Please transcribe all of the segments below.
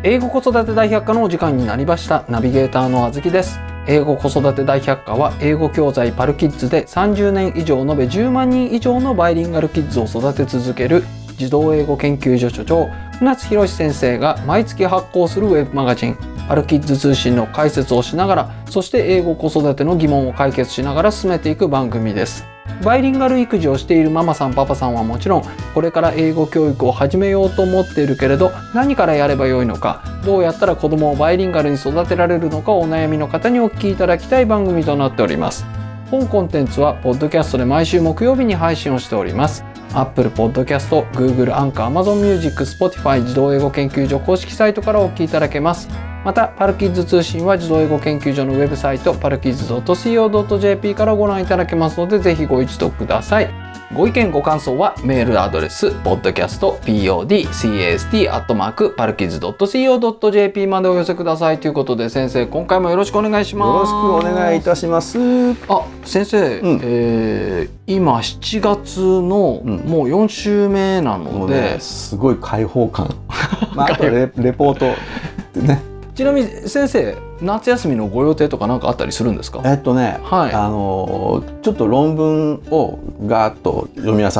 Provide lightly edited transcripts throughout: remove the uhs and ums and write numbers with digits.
英語子育て大百科のお時間になりました。ナビゲーターのあずきです。英語子育て大百科は英語教材パルキッズで30年以上延べ10万人以上のバイリンガルキッズを育て続ける児童英語研究所所長船津博史先生が毎月発行するウェブマガジンパルキッズ通信の解説をしながら、そして英語子育ての疑問を解決しながら進めていく番組です。バイリンガル育児をしているママさんパパさんはもちろん、これから英語教育を始めようと思っているけれど何からやればよいのか、どうやったら子供をバイリンガルに育てられるのかお悩みの方にお聞きいただきたい番組となっております。本コンテンツはポッドキャストで毎週木曜日に配信をしております。Apple Podcast、Google、Anchor、Amazon Music、Spotify 児童英語研究所公式サイトからお聞きいただけます。またパルキッズ通信は児童英語研究所のウェブサイトパルキッズ .co.jp からご覧いただけますので、ぜひご一読ください。ご意見ご感想はメールアドレス podcast.pod@parkids.co.jp までお寄せくださいということで、先生今回もよろしくお願いします。 よろしくお願いいたします。 先生、今7月のもう4週目なので、 すごい開放感あとレポートね。 ちなみに先生、夏休みのご予定とか何かあったりするんですか？ ちょっと論文をガーッと読み漁って、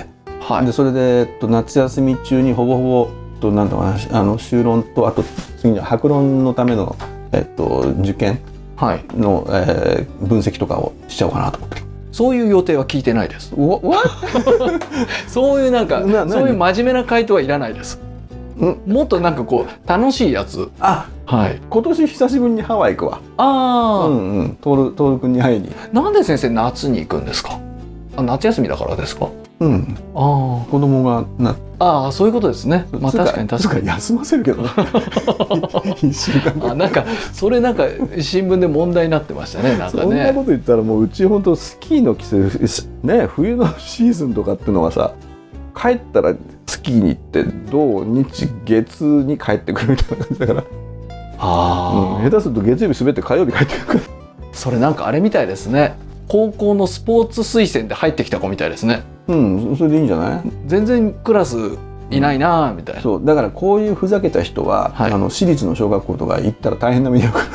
でそれで夏休み中にほぼほぼなんだろうな、修論とあと次に博論のための受験の、分析とかをしちゃおうかなと思って。 そういう予定は聞いてないです。そういうそういう真面目な回答はいらないです。もっとこう楽しいやつ。今年久しぶりにハワイ行くわ。トール君に会いに。 なんで先生夏に行くんですか？夏休みだからですか？ 子供がそういうことですね。確かに休ませるけどね。1週間それ新聞で問題になってましたね。 そんなこと言ったらもううち本当スキーの季節ね、冬のシーズンとかってのはさ、帰ったらスキーに行って土日月に帰ってくるみたいな感じだから、下手すると月曜日滑って火曜日帰ってくるから。 それあれみたいですね。高校のスポーツ推薦で入ってきた子みたいですね。 それでいいんじゃない？ 全然クラスいないなみたいな。 そうだからこういうふざけた人は、私立の小学校とか行ったら大変な目に遭うから。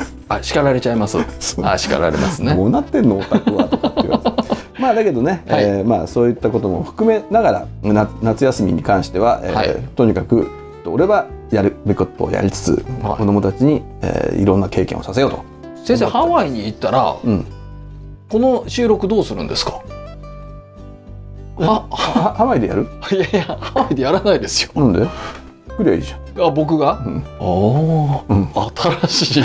叱られちゃいます。叱られますね。 どうなってんのオタクはとかって言われて。だけどね、そういったことも含めながら夏休みに関しては、とにかく俺はやるべきことをやりつつ、子どもたちに、いろんな経験をさせようと。 先生、ハワイに行ったら、この収録どうするんですか？ ハワイでやる？ いやハワイでやらないですよ。 なんで？来りゃいいじゃん。 僕が？新しい。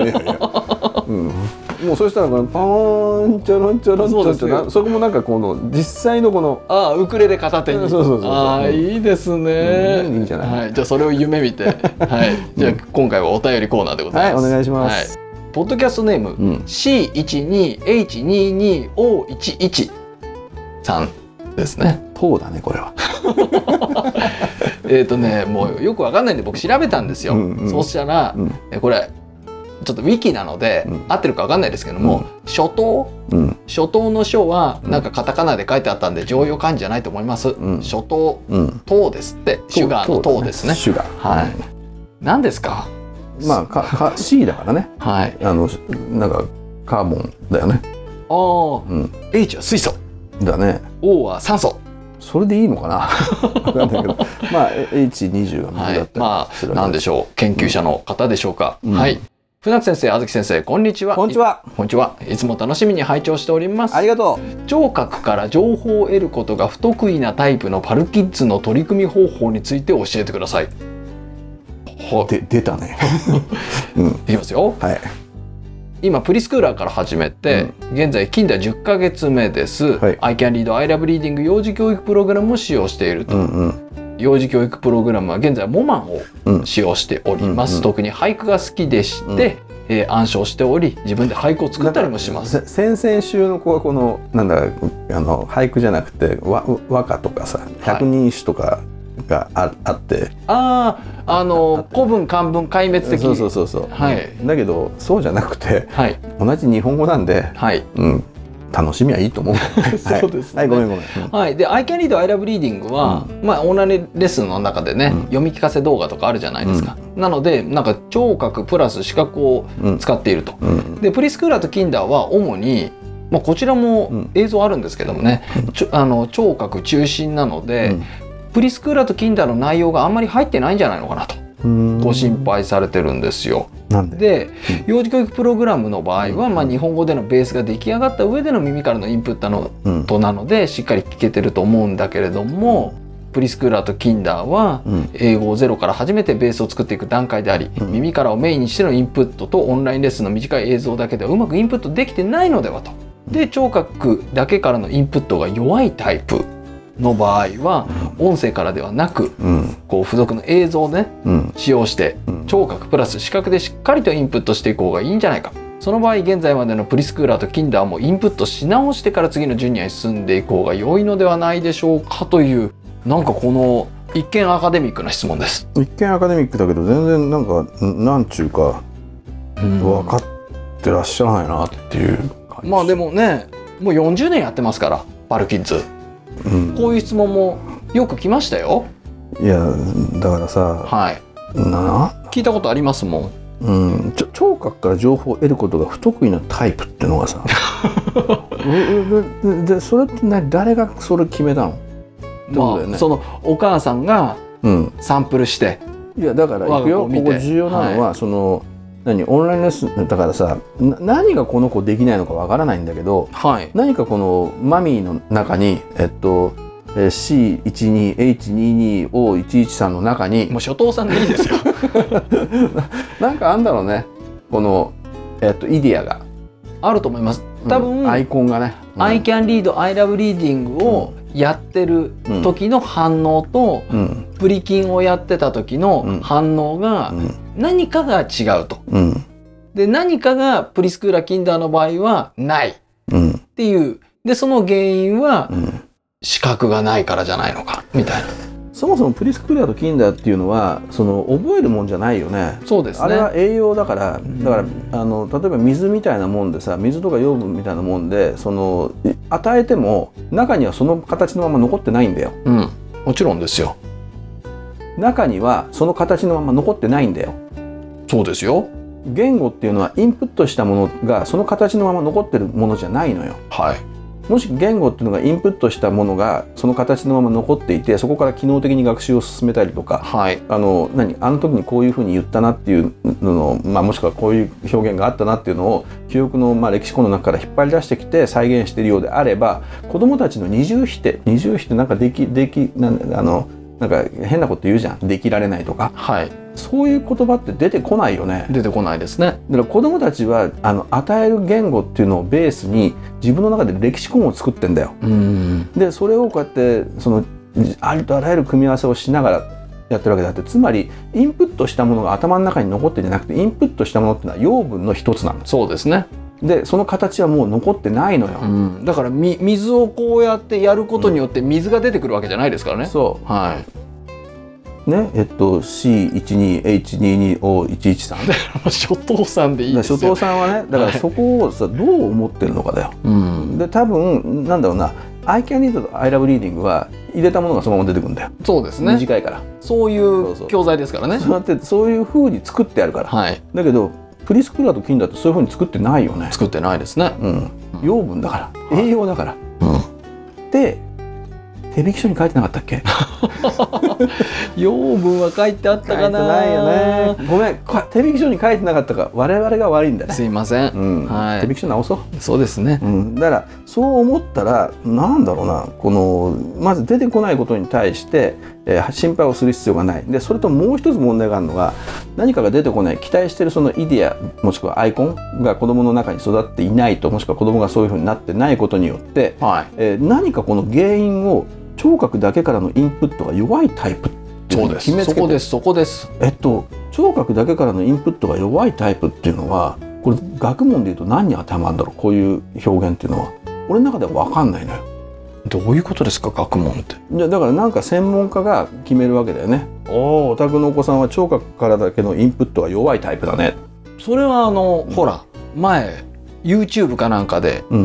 もうそしたらパーンチャランチャランチャラン、そこもこの実際のこのウクレレ片手に。いいですね。 いいんじゃない？ じゃあそれを夢見て、じゃあ今回はお便りコーナーでございます。 お願いします。 ポッドキャストネーム C12H22O11 さんですね。 そうだね、これは。 もうよくわかんないんで僕調べたんですよ。そうしたら、これちょっとウィキなので、合ってるかわかんないですけども、初頭の書はカタカナで書いてあったんで常用漢字じゃないと思います。初頭、糖ですって。シュガーの糖ですね。 シュガー。 何ですか ？C だからね。カーボンだよね。 H は水素だね。 O は酸素。 それでいいのかな？分かんないけど、H20 が水だったりする。 なんでしょう、研究者の方でしょうか。船津先生、あずき先生、こんにちは。 こんにちは。 いつも楽しみに拝聴しております。 ありがとう。 聴覚から情報を得ることが不得意なタイプのパルキッズの取り組み方法について教えてください。 出たね。 いきますよ。今プリスクーラーから始めて、現在キンダ10ヶ月目です。I Can Read I Love Reading 幼児教育プログラムを使用していると。幼児教育プログラムは現在モマンを使用しております。特に俳句が好きでして、暗唱しており、自分で俳句を作ったりもします。 先々週の子はこの俳句じゃなくて和歌とかさ、百人一首とかがあって、 古文漢文壊滅的。 そう、だけどそうじゃなくて、同じ日本語なんで、 楽しみはいいと思う。 そうですね。 はい、ごめん。 はい。で、I Can Read I Love Reading は、オンラインレッスンの中でね、読み聞かせ動画とかあるじゃないですか。なので、なんか聴覚プラス視覚を使っていると。で、プリスクーラーとキンダーは主に、こちらも映像あるんですけどもね、聴覚中心なので、プリスクーラーとキンダーの内容があんまり入ってないんじゃないのかなとご心配されてるんですよ。 なんで幼児教育プログラムの場合は、日本語でのベースが出来上がった上での耳からのインプットなので、しっかり聞けてると思うんだけれども、プリスクーラーとキンダーは英語をゼロから初めてベースを作っていく段階であり、耳からをメインにしてのインプットとオンラインレッスンの短い映像だけではうまくインプットできてないのではと。で、聴覚だけからのインプットが弱いタイプの場合は、音声からではなく、こう付属の映像をね、使用して、聴覚プラス視覚でしっかりとインプットしていく方がいいんじゃないか。その場合、現在までのプリスクーラーとキンダーもインプットし直してから次のジュニアに進んでいく方が良いのではないでしょうかという、なんかこの一見アカデミックな質問です。 一見アカデミックだけど、全然なんかなんちゅうか分かってらっしゃらないなっていう感じ。 でもね、もう40年やってますから、パルキッズ。こういう質問もよく来ましたよ。 いや、だからさ、聞いたことありますもん。 聴覚から情報を得ることが不得意なタイプっていうのがさでそれって誰がそれ決めたの？ そのお母さんがサンプルして、 いやだからいくよ、ここ重要なのは、そのオンラインレッスンだからさ、何がこの子できないのかわからないんだけど、何かこのマミーの中にC12H22O113 の中に、 もう初等さんでいいですよなんかあんだろうね、このイディアがあると思います。多分、 アイコンがね、 I can read I love reading をやってる時の反応と、プリキンをやってた時の反応が何かが違うと。で、何かがプリスクーラーキンダーの場合はないっていう。で、その原因は視覚がないからじゃないのかみたいな。 そもそもプリスクーラーとキンダーっていうのは覚えるもんじゃないよね。 そうですね。 あれは栄養だから、例えば水みたいなもんでさ、水とか養分みたいなもんで与えても中にはその形のまま残ってないんだよ。 もちろんですよ。 中にはその形のまま残ってないんだよ。 そうですよ。 言語っていうのはインプットしたものがその形のまま残ってるものじゃないのよ。もし言語っていうのがインプットしたものがその形のまま残っていて、そこから機能的に学習を進めたりとか、あの時にこういうふうに言ったなっていうのの、もしくはこういう表現があったなっていうのを記憶の歴史庫の中から引っ張り出してきて再現しているようであれば、子どもたちの二重否定なんかなんか変なこと言うじゃん、できられないとか、そういう言葉って出てこないよね。 出てこないですね。 だから子どもたちは与える言語っていうのをベースに自分の中で歴史根を作ってんだよ。でそれをこうやってありとあらゆる組み合わせをしながらやってるわけであって、つまりインプットしたものが頭の中に残ってんじゃなくて、インプットしたものっていうのは養分の一つなの。 そうですね。 でその形はもう残ってないのよ。 だから水をこうやってやることによって水が出てくるわけじゃないですからね。 そうね、C12H22O113 初等さんでいいですよ。 初等さんはね、だからそこをさ、どう思ってるのかだよ。で多分なんだろうな、I can read I love reading は入れたものがそのまま出てくるんだよ。 そうですね。 短いから。 そういう教材ですからね。 そういう風に作ってあるから。だけどプリスクーラーとキンダーってそういう風に作ってないよね。 作ってないですね。 養分だから栄養だから。で手引き書に書いてなかったっけ？ 養分は書いてあったかな。 書いてないよね。ごめん、手引き書に書いてなかったか我々が悪いんだね。 すいません。 手引き書直そう。 そうですね。 だからそう思ったらなんだろうな、まず出てこないことに対して心配をする必要がない。でそれともう一つ問題があるのが、何かが出てこない、期待しているそのイデアもしくはアイコンが子どもの中に育っていないと、もしくは子どもがそういうふうになってないことによって、何かこの原因を聴覚だけからのインプットが弱いタイプっていうのを決めつけて、 そこです。 聴覚だけからのインプットが弱いタイプっていうのは、これ学問でいうと何に当てはまるんだろう、こういう表現っていうのは。俺の中では分かんないのよ。 どういうことですか、学問って。 だからなんか専門家が決めるわけだよね。お宅のお子さんは聴覚からだけのインプットが弱いタイプだね。 それはほら前 YouTube かなんかで、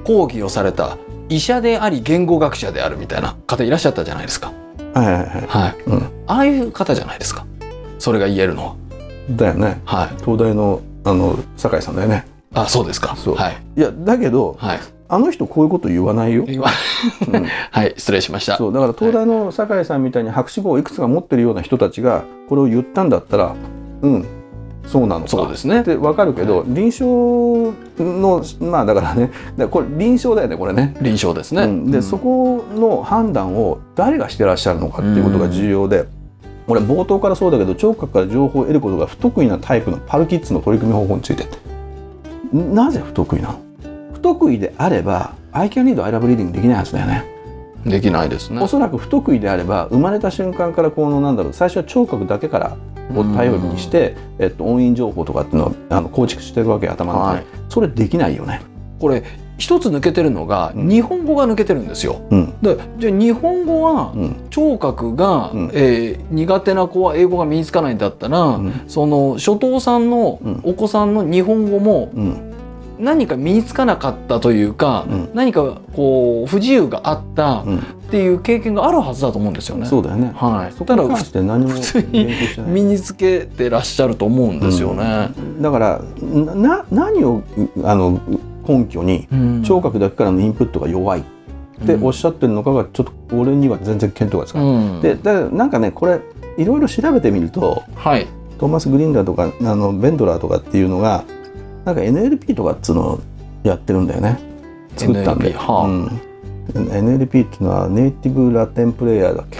講義をされた医者であり言語学者であるみたいな方いらっしゃったじゃないですか。 はいはいはい。 はい。ああいう方じゃないですか。それが言えるのは。 だよね。はい。東大の酒井さんだよね。 あ、そうですか。 そう。 はい。 いやだけど、はい、あの人こういうこと言わないよ。 はい、失礼しました。 そうだから東大の酒井さんみたいに博士号をいくつか持ってるような人たちがこれを言ったんだったら、そうなのか。 そうですね。 ってわかるけど、臨床のまあだからね、これ臨床だよねこれね。 臨床ですね。 でそこの判断を誰がしてらっしゃるのかっていうことが重要で。俺冒頭からそうだけど、聴覚から情報を得ることが不得意なタイプのパルキッズの取り組み方法について、なぜ不得意なの？不得意であれば I can read, I love reading できないはずだよね。 できないですね。 おそらく不得意であれば生まれた瞬間からこの最初は聴覚だけからを頼りにして、音韻情報とかっていうのを構築してるわけ、頭の中で、それできないよね。 これ一つ抜けてるのが、日本語が抜けてるんですよ。でじゃあ日本語は聴覚が、苦手な子は英語が身につかないんだったら、その初等さんのお子さんの日本語も、何か身につかなかったというか、何かこう不自由があったっていう経験があるはずだと思うんですよね。 そうだよね。 はい。 そこに関して何も普通に身につけてらっしゃると思うんですよね。 だから何を根拠に聴覚だけからのインプットが弱いっておっしゃってるのかがちょっと俺には全然見当がつかない。でなんかねこれいろいろ調べてみると、はい、トーマス・グリンダーとかベンドラーとかっていうのがなんか NLP とかっつうのをやってるんだよね。作ったんで。NLP っていうのはネイティブラテンプレイヤーだっけ。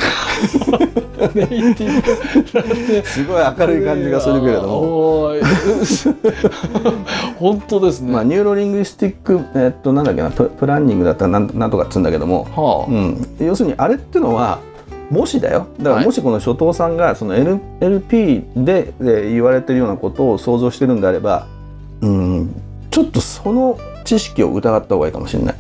すごい明るい感じがするけれども本当ですね。 まあニューロリングイスティックなんだっけな、プランニングだったらなんとかっつうんだけども、要するにあれってのはもしだよ、だからもしこの初等さんがその NLP で言われてるようなことを想像してるんであれば、ちょっとその知識を疑った方がいいかもしれない。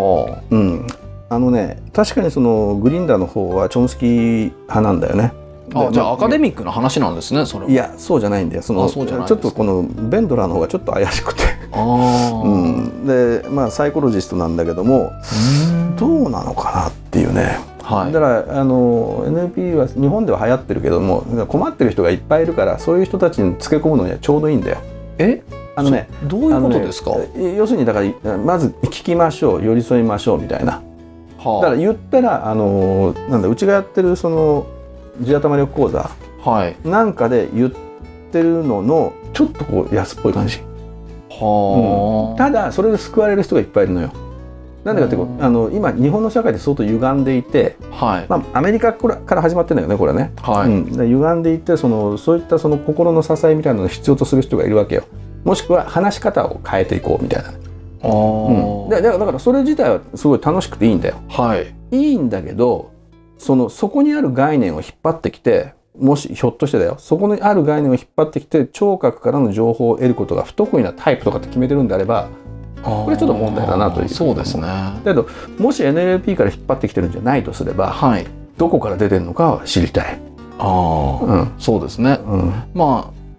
確かにそのグリンダーの方はチョムスキー派なんだよね。 じゃあアカデミックな話なんですね、それは。 いやそうじゃないんだよ。ちょっとこのベンドラーの方がちょっと怪しくてでまあサイコロジストなんだけども、どうなのかなっていうね。だから NLP は日本では流行ってるけども、困ってる人がいっぱいいるから、そういう人たちにつけ込むのにはちょうどいいんだよ。 どういうことですか？ 要するにだからまず聞きましょう、寄り添いましょうみたいな。だから言ったらうちがやってるその地頭力講座なんかで言ってるののちょっとこう安っぽい感じ。ただそれで救われる人がいっぱいいるのよ。なんでかっていうと今日本の社会で相当歪んでいて、アメリカから始まってるんだよねこれね。歪んでいてそういったその心の支えみたいなのを必要とする人がいるわけよ。もしくは話し方を変えていこうみたいな。だからそれ自体はすごい楽しくていいんだよ。いいんだけどそこにある概念を引っ張ってきて、もしひょっとしてだよ、そこにある概念を引っ張ってきて聴覚からの情報を得ることが不得意なタイプとかって決めてるんであれば、これちょっと問題だなという。 そうですね。 だけどもし NLP から引っ張ってきてるんじゃないとすれば、どこから出てるのかは知りたい。 そうですね。まあ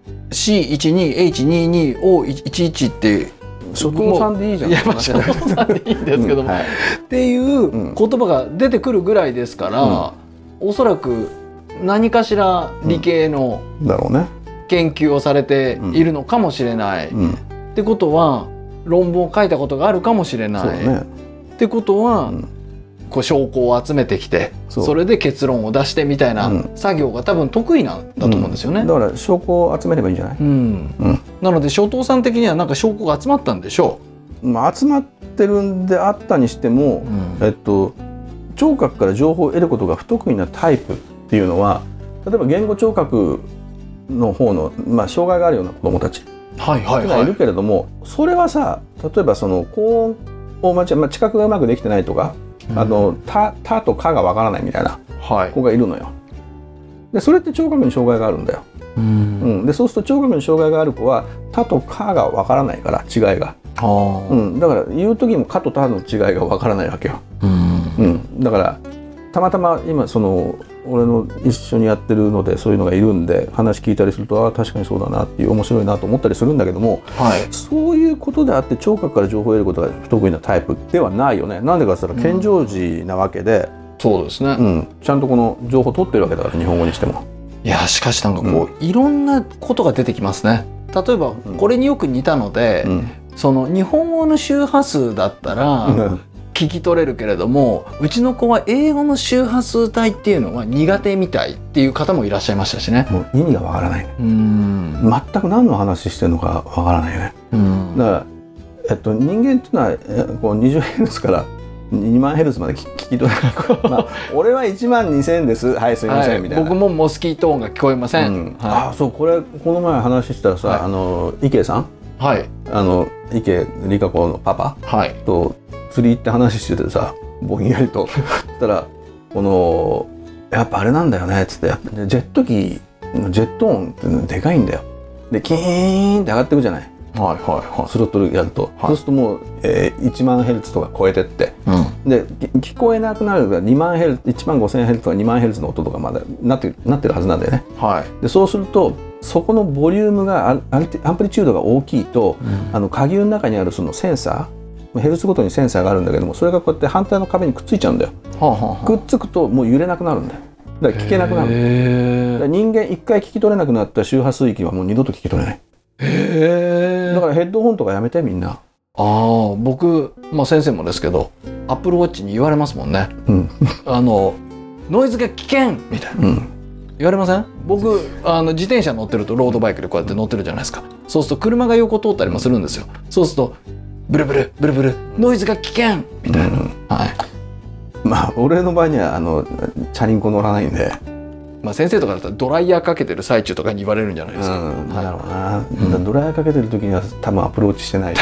C12H22O11 って初等さんでいいじゃん。 初等さんでいいんですけども、っていう言葉が出てくるぐらいですから、おそらく何かしら理系の研究をされているのかもしれない。ってことは論文を書いたことがあるかもしれない。ってことはこう証拠を集めてきて、それで結論を出してみたいな作業が多分得意なんだと思うんですよね。 だから証拠を集めればいいんじゃない？ なので初等さん的にはなんか証拠が集まったんでしょう。 集まってるんであったにしても、聴覚から情報を得ることが不得意なタイプっていうのは、例えば言語聴覚の方の、障害があるような子どもたちがいるけれども、それはさ、例えばその高音を知覚がうまくできてないとか、たとかがわからないみたいな子がいるのよ。でそれって聴覚に障害があるんだよ。でそうすると聴覚に障害がある子はたとかがわからないから、違いが。だから言う時もかとたの違いがわからないわけよ。だからたまたま今俺の一緒にやってるのでそういうのがいるんで話聞いたりすると確かにそうだなっていう面白いなと思ったりするんだけども、はい、そういうことであって聴覚から情報を得ることが不得意なタイプではないよね。なんでかって言ったら健常児なわけで、 そうですね、 ちゃんとこの情報を取ってるわけだから日本語にしても。 いやしかしなんかこう、いろんなことが出てきますね。例えばこれによく似たので、その日本語の周波数だったら聞き取れるけれども、うちの子は英語の周波数帯っていうのは苦手みたいっていう方もいらっしゃいましたしね。 もう意味がわからないね。全く何の話してるのかわからないよね。だから、人間っていうのはこう 20Hz から2万ヘルツまで聞き取れない、俺は1万2000ですはいすいません、みたいな。 僕もモスキート音が聞こえません、 そうこの前話したらさ、池さん、池理香子のパパ、と釣り行って話しててさ、ぼんやりとそしたらやっぱあれなんだよねっつって、ジェット機のジェット音ってでかいんだよ。でキーンって上がってくじゃない。スロットルやると、そうするともう、1万ヘルツとか超えてって、で聞こえなくなるから2万ヘルツ、1万5000ヘルツとか2万ヘルツの音とかまだなってるはずなんだよね。でそうするとそこのボリュームがアンプリチュードが大きいと、鍵の中にあるそのセンサー、ヘルツごとにセンサーがあるんだけども、それがこうやって反対の壁にくっついちゃうんだよ。くっつくともう揺れなくなるんだよ。だから聞けなくなる。だから人間一回聞き取れなくなった周波数域はもう二度と聞き取れない。だからヘッドホンとかやめてみんな。僕、先生もですけどアップルウォッチに言われますもんね、ノイズが危険みたいな、言われません？僕自転車乗ってるとロードバイクでこうやって乗ってるじゃないですか。そうすると車が横通ったりもするんですよ。そうするとブルブルブルブルノイズが危険みたいな、 俺の場合にはチャリンコ乗らないんで、 先生とかだったらドライヤーかけてる最中とかに言われるんじゃないですか。 だろうな、ドライヤーかけてる時には多分アプローチしてない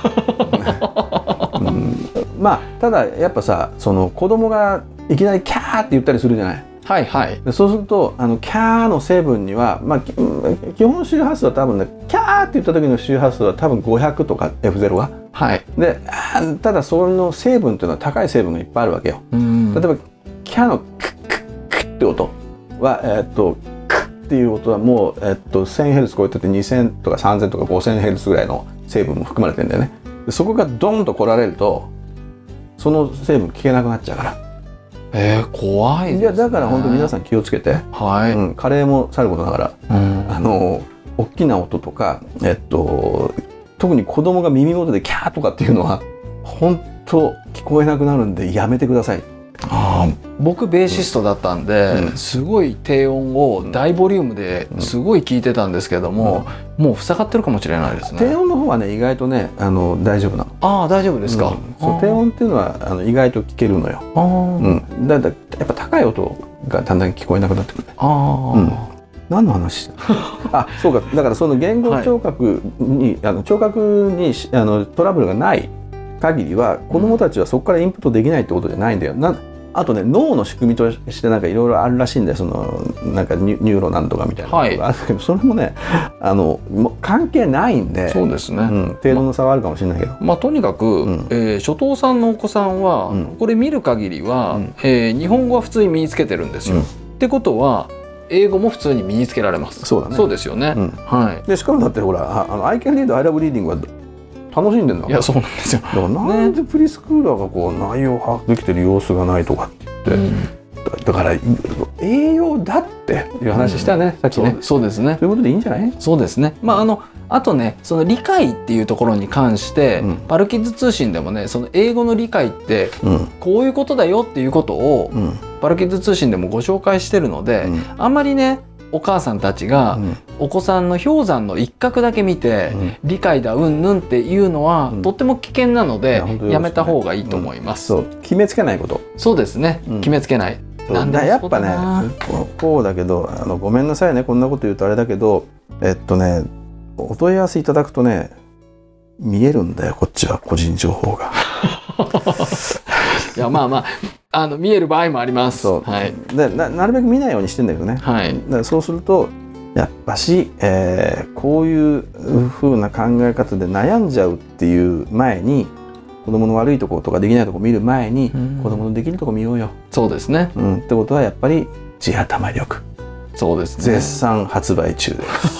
ただやっぱさ、その子供がいきなりキャーって言ったりするじゃない。でそうするとキャーの成分には、基本周波数は多分ね、キャーって言った時の周波数は多分500とか F0 は、でただその成分っていうのは高い成分がいっぱいあるわけよ。例えばキャーのクックックッって音はクッっていう音はもう1000ヘルツ超えてて2000とか3000とか5000ヘルツぐらいの成分も含まれてるんだよね。でそこがドンと来られるとその成分聞けなくなっちゃうから。 怖いですね。 いやだから本当皆さん気をつけて、カレーもさることながら、大きな音とか、特に子供が耳元でキャーとかっていうのは本当聞こえなくなるんでやめてください。 僕ベーシストだったんで、すごい低音を大ボリュームですごい聞いてたんですけども、もう塞がってるかもしれないですね。 低音の方はね意外とね大丈夫なの。 大丈夫ですか。 そう低音っていうのは意外と聞けるのよ。だやっぱ高い音がだんだん聞こえなくなってくるね。何の話そうか。だからその言語聴覚に、聴覚にトラブルがない限りは子どもたちはそこからインプットできないってことじゃないんだよ。あとね脳の仕組みとしてなんかいろいろあるらしいんだよ。そのなんかニューロなんとかみたいなことがあるけど、それもね関係ないんで。 そうですね、 程度の差はあるかもしれないけど、 とにかく、初等さんのお子さんは、これ見る限りは、日本語は普通に身につけてるんですよ。ってことは英語も普通に身につけられます。 そうだね。 そうですよね。 でしかもだってほらI can read, I love reading は楽しんでんだから。 いやそうなんですよ。 だからなんでプリスクーラーがこう内容を把握できてる様子がないとかって言って、だから栄養だっていう話したね、さっきね。 そうですね。 ということでいいんじゃない？ そうですね。あとね、その理解っていうところに関して、パルキッズ通信でもね、その英語の理解ってこういうことだよっていうことを、パルキッズ通信でもご紹介してるので、あんまりねお母さんたちがお子さんの氷山の一角だけ見て、理解だうんぬんっていうのは、とっても危険なので、やめた方がいいと思います。 決めつけないこと。 そうですね、決めつけない。 やっぱねこうだけどごめんなさいねこんなこと言うとあれだけどお問い合わせいただくとね見えるんだよこっちは個人情報が。 いや見える場合もあります。 でなるべく見ないようにしてんだけどね。だからそうするとやっぱし、こういう風な考え方で悩んじゃうっていう前に子供の悪いところとかできないところ見る前に、子供のできるところ見ようよ。 そうですね。 ってことはやっぱり地頭力。 そうですね。 絶賛発売中です。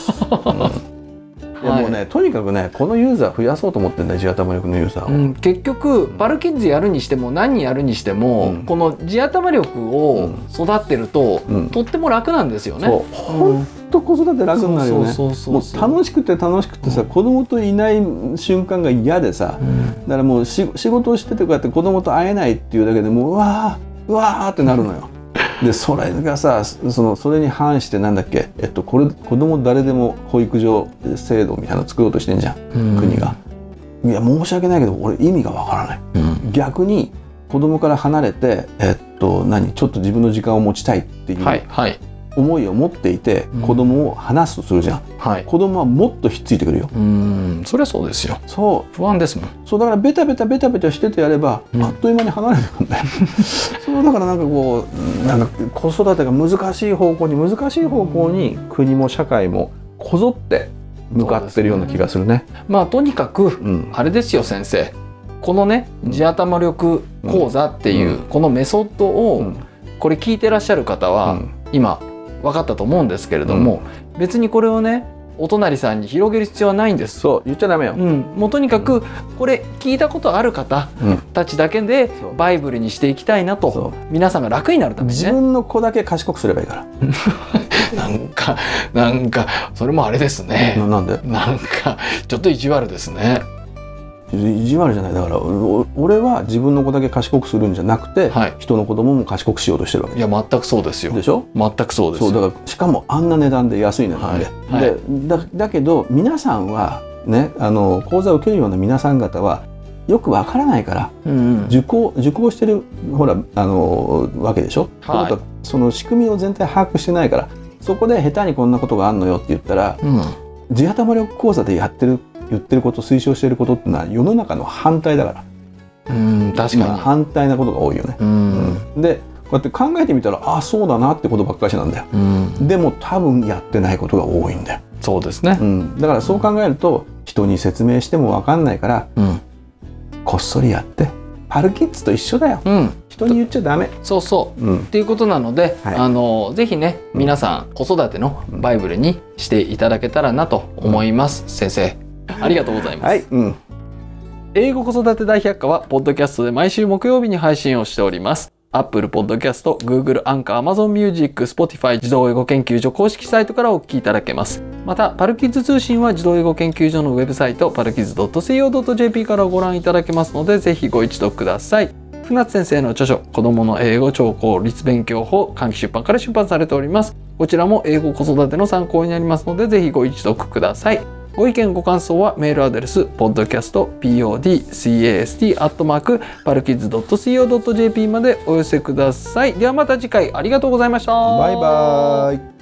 いやもうね、とにかくね、このユーザー増やそうと思ってんだよ、地頭力のユーザーを。結局パルキッズやるにしても何やるにしても、この地頭力を育ってると、とっても楽なんですよね。 本当子育て楽になるよね。もう楽しくてさ、子供といない瞬間が嫌でさ、だからもう仕事をしててこうやって子供と会えないっていうだけでもううわーってなるのよ。でそれがさ、それに反してなんだっけ、これ子供誰でも保育所制度みたいなの作ろうとしてんじゃん、国が。いや申し訳ないけど俺意味がわからない、逆に子供から離れてちょっと自分の時間を持ちたいっていう思いを持っていて、子供を離すとするじゃん、子供はもっとひっついてくるよ。 そりゃそうですよ。 そう不安ですもん。 そうだからベタベタしててやれば、あっという間に離れてくるんだよ。そうだからなんかこうなんか子育てが難しい方向に国も社会もこぞって向かってるような気がするね。 まあとにかく、あれですよ先生、このね地頭力講座っていうこのメソッドを、これ聞いてらっしゃる方は、今分かったと思うんですけれども、別にこれをねお隣さんに広げる必要はないんです。 そう言っちゃダメよ。 もうとにかくこれ聞いたことある方たちだけでバイブルにしていきたいなと、皆さんが楽になるためにね。 自分の子だけ賢くすればいいから。 なんかそれもあれですね。 なんで？ なんかちょっと意地悪ですね。 意地悪じゃない。だから俺は自分の子だけ賢くするんじゃなくて、人の子供も賢くしようとしてるわけ。 いや全くそうですよ。 でしょ？ 全くそうですよ。 そうだからしかもあんな値段で安い値段で、だけど皆さんはね、講座を受けるような皆さん方はよくわからないから、受講してるほらわけでしょ。ってことはその仕組みを全体把握してないから、そこで下手にこんなことがあんのよって言ったら、地頭力講座で言ってること推奨していることってのは世の中の反対だから。 確かに反対なことが多いよね。でこうやって考えてみたら、あそうだなってことばっかしなんだよ。でも多分やってないことが多いんだよ。 そうですね。 だからそう考えると人に説明しても分かんないから、こっそりやってパルキッズと一緒だよ。人に言っちゃダメ。 そうっていうことなので、ぜひね皆さん子育てのバイブルにしていただけたらなと思います。先生ありがとうございます。英語子育て大百科はポッドキャストで毎週木曜日に配信をしております。Apple Podcast、Google アンカー、Amazon Music、Spotify 児童英語研究所公式サイトからお聞きいただけます。またパルキッズ通信は児童英語研究所のウェブサイト palkids.co.jp からご覧いただけますので、ぜひご一読ください。船津先生の著書子どもの英語聴講立勉強法、換気出版から出版されております。こちらも英語子育ての参考になりますので、ぜひご一読ください。ご意見ご感想はメールアドレス podcast.podcast@palkids.co.jp までお寄せください。ではまた次回ありがとうございました。 バイバイ。